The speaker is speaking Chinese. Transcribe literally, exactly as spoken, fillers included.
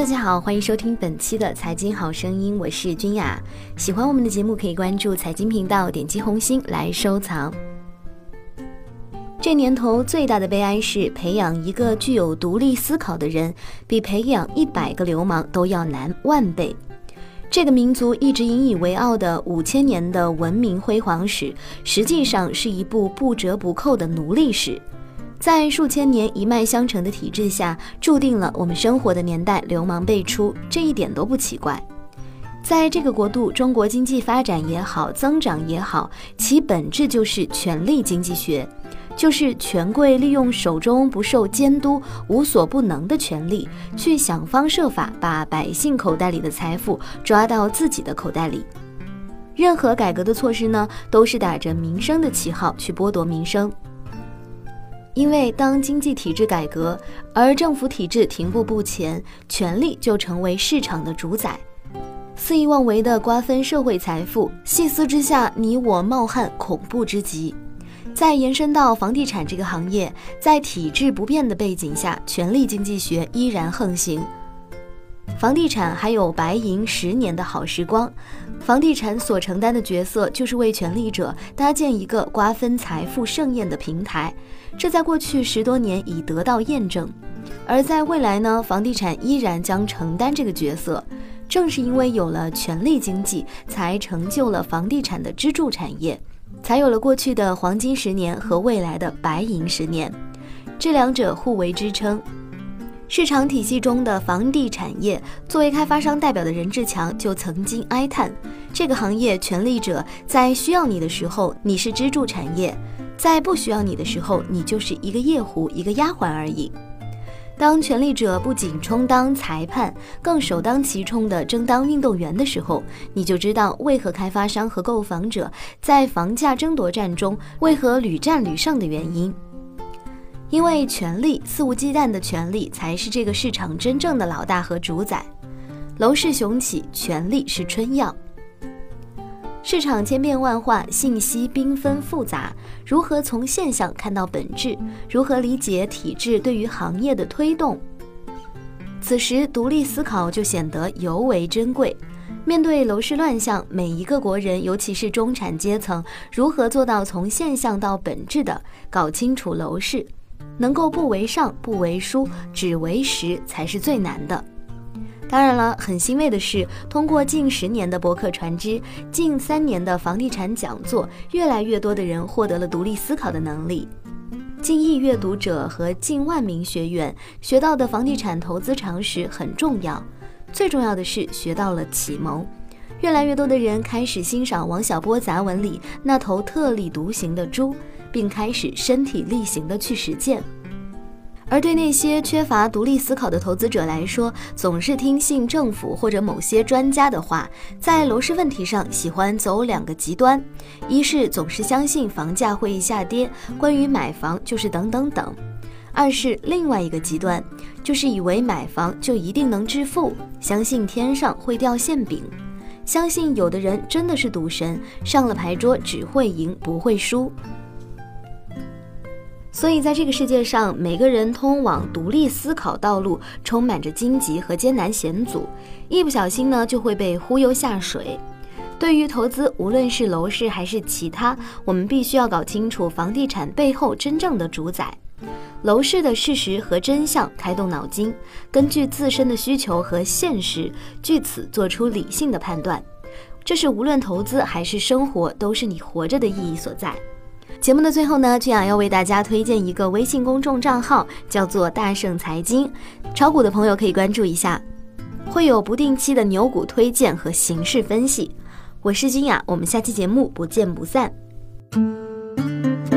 大家好，欢迎收听本期的财经好声音，我是君雅。喜欢我们的节目可以关注财经频道，点击红心来收藏。这年头最大的悲哀是，培养一个具有独立思考的人，比培养一百个流氓都要难万倍。这个民族一直引以为傲的五千年的文明辉煌史，实际上是一部不折不扣的奴隶史。在数千年一脉相承的体制下，注定了我们生活的年代流氓辈出，这一点都不奇怪。在这个国度，中国经济发展也好，增长也好，其本质就是权力经济学，就是权贵利用手中不受监督、无所不能的权力，去想方设法把百姓口袋里的财富抓到自己的口袋里。任何改革的措施呢，都是打着民生的旗号去剥夺民生。因为当经济体制改革，而政府体制停步不前，权力就成为市场的主宰，肆意妄为地瓜分社会财富，细思之下，你我冒汗，恐怖之极。再延伸到房地产这个行业，在体制不变的背景下，权力经济学依然横行。房地产还有白银十年的好时光，房地产所承担的角色就是为权力者搭建一个瓜分财富盛宴的平台，这在过去十多年已得到验证。而在未来呢，房地产依然将承担这个角色。正是因为有了权力经济，才成就了房地产的支柱产业，才有了过去的黄金十年和未来的白银十年，这两者互为支撑。市场体系中的房地产业，作为开发商代表的任志强就曾经哀叹，这个行业权力者在需要你的时候你是支柱产业，在不需要你的时候你就是一个夜壶一个丫鬟而已。当权力者不仅充当裁判，更首当其冲地争当运动员的时候，你就知道为何开发商和购房者在房价争夺战中为何屡战屡胜的原因。因为权力，肆无忌惮的权力才是这个市场真正的老大和主宰。楼市雄起，权力是春药。市场千变万化，信息缤纷复杂，如何从现象看到本质？如何理解体制对于行业的推动？此时独立思考就显得尤为珍贵。面对楼市乱象，每一个国人，尤其是中产阶层，如何做到从现象到本质的搞清楚楼市，能够不为上不为输，只为实，才是最难的。当然了，很欣慰的是，通过近十年的博客传知，近三年的房地产讲座，越来越多的人获得了独立思考的能力。近亿阅读者和近万名学员学到的房地产投资常识很重要，最重要的是学到了启蒙。越来越多的人开始欣赏王小波杂文里那头特立独行的猪，并开始身体力行地去实践。而对那些缺乏独立思考的投资者来说，总是听信政府或者某些专家的话，在楼市问题上喜欢走两个极端，一是总是相信房价会下跌，关于买房就是等等等；二是另外一个极端，就是以为买房就一定能致富，相信天上会掉馅饼，相信有的人真的是赌神，上了牌桌只会赢不会输。所以在这个世界上，每个人通往独立思考道路充满着荆棘和艰难险阻，一不小心呢就会被忽悠下水。对于投资，无论是楼市还是其他，我们必须要搞清楚房地产背后真正的主宰，楼市的事实和真相，开动脑筋，根据自身的需求和现实，据此做出理性的判断。这是无论投资还是生活，都是你活着的意义所在。节目的最后呢，君雅要为大家推荐一个微信公众账号，叫做大圣财经，炒股的朋友可以关注一下，会有不定期的牛股推荐和形势分析。我是君雅，我们下期节目不见不散。